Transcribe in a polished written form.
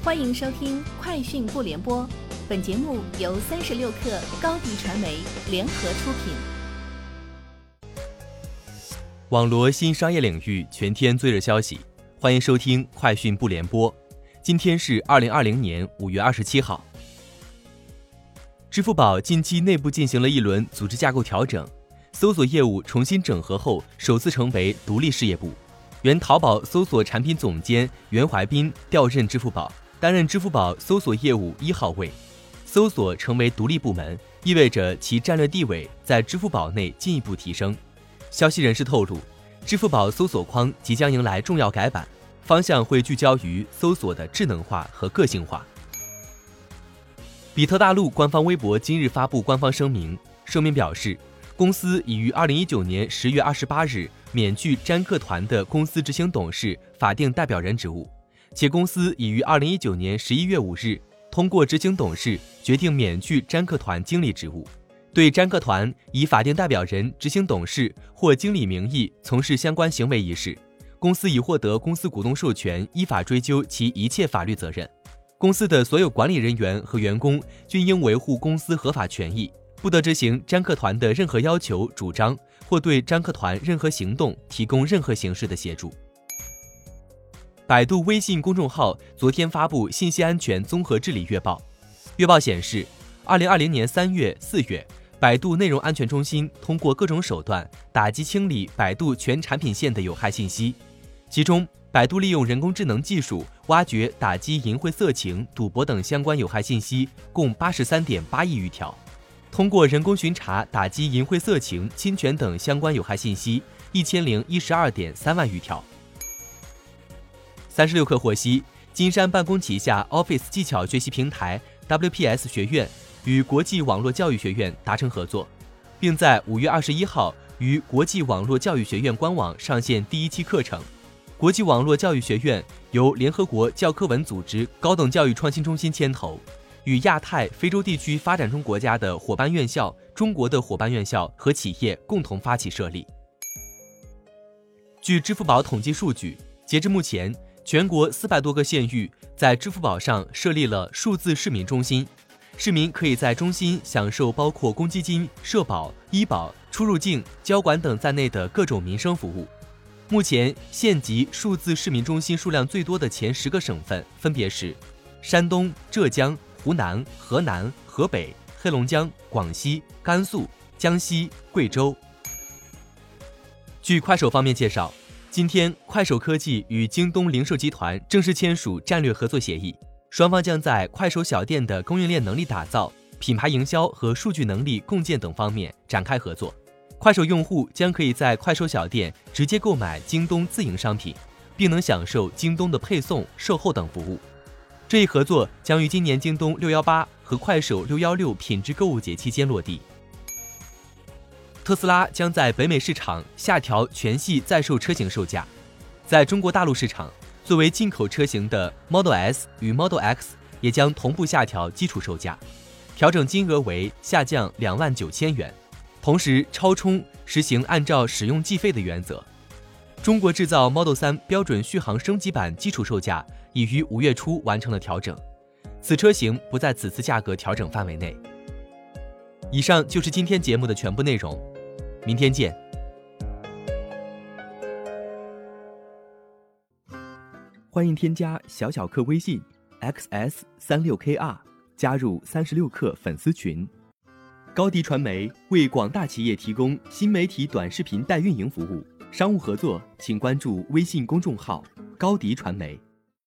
欢迎收听快讯不联播，本节目由36克高迪传媒联合出品。 网罗新商业领域全天最热消息，欢迎收听快讯不联播。今天是2020年5月27号。支付宝近期内部进行了一轮组织架构调整，搜索业务重新整合后，首次成为独立事业部。原淘宝搜索产品总监袁怀斌调任支付宝，担任支付宝搜索业务1号位。搜索成为独立部门，意味着其战略地位在支付宝内进一步提升。消息人士透露，支付宝搜索框即将迎来重要改版，方向会聚焦于搜索的智能化和个性化。比特大陆官方微博今日发布官方声明，声明表示，公司已于2019年10月28日免去詹克团的公司执行董事、法定代表人职务，且公司已于2019年11月5日通过执行董事决定免去詹克团经理职务。对詹克团以法定代表人、执行董事或经理名义从事相关行为一事，公司已获得公司股东授权，依法追究其一切法律责任。公司的所有管理人员和员工均应维护公司合法权益，不得执行詹克团的任何要求、主张，或对詹克团任何行动提供任何形式的协助。百度微信公众号昨天发布信息安全综合治理月报。月报显示，2020年3月、4月，百度内容安全中心通过各种手段打击清理百度全产品线的有害信息，其中百度利用人工智能技术挖掘、打击淫秽色情、赌博等相关有害信息共83.8亿余条，通过人工巡查打击淫秽色情、侵权等相关有害信息1012.3万余条。36克获悉，金山办公旗下 Office 技巧学习平台 WPS 学院与国际网络教育学院达成合作，并在5月21号于国际网络教育学院官网上线第一期课程。国际网络教育学院由联合国教科文组织高等教育创新中心牵头，与亚太、非洲地区发展中国家的伙伴院校、中国的伙伴院校和企业共同发起设立。据支付宝统计数据，截至目前，全国400多个县域在支付宝上设立了数字市民中心，市民可以在中心享受包括公积金、社保、医保、出入境、交管等在内的各种民生服务。目前县级数字市民中心数量最多的前10个省份分别是山东、浙江、湖南、河南、河北、黑龙江、广西、甘肃、江西、贵州。据快手方面介绍，今天快手科技与京东零售集团正式签署战略合作协议，双方将在快手小店的供应链能力打造、品牌营销和数据能力共建等方面展开合作。快手用户将可以在快手小店直接购买京东自营商品，并能享受京东的配送、售后等服务。这一合作将于今年京东618和快手616品质购物节期间落地。特斯拉将在北美市场下调全系在售车型售价，在中国大陆市场，作为进口车型的 Model S 与 Model X 也将同步下调基础售价，调整金额为下降29000元。同时，超充实行按照使用计费的原则。中国制造 Model 3标准续航升级版基础售价已于5月初完成了调整，此车型不在此次价格调整范围内。以上就是今天节目的全部内容，明天见。 欢迎添加小小客微信 xs36kr 加入36克粉丝群。高迪传媒为广大企业提供新媒体短视频代运营服务，商务合作请关注微信公众号高迪传媒。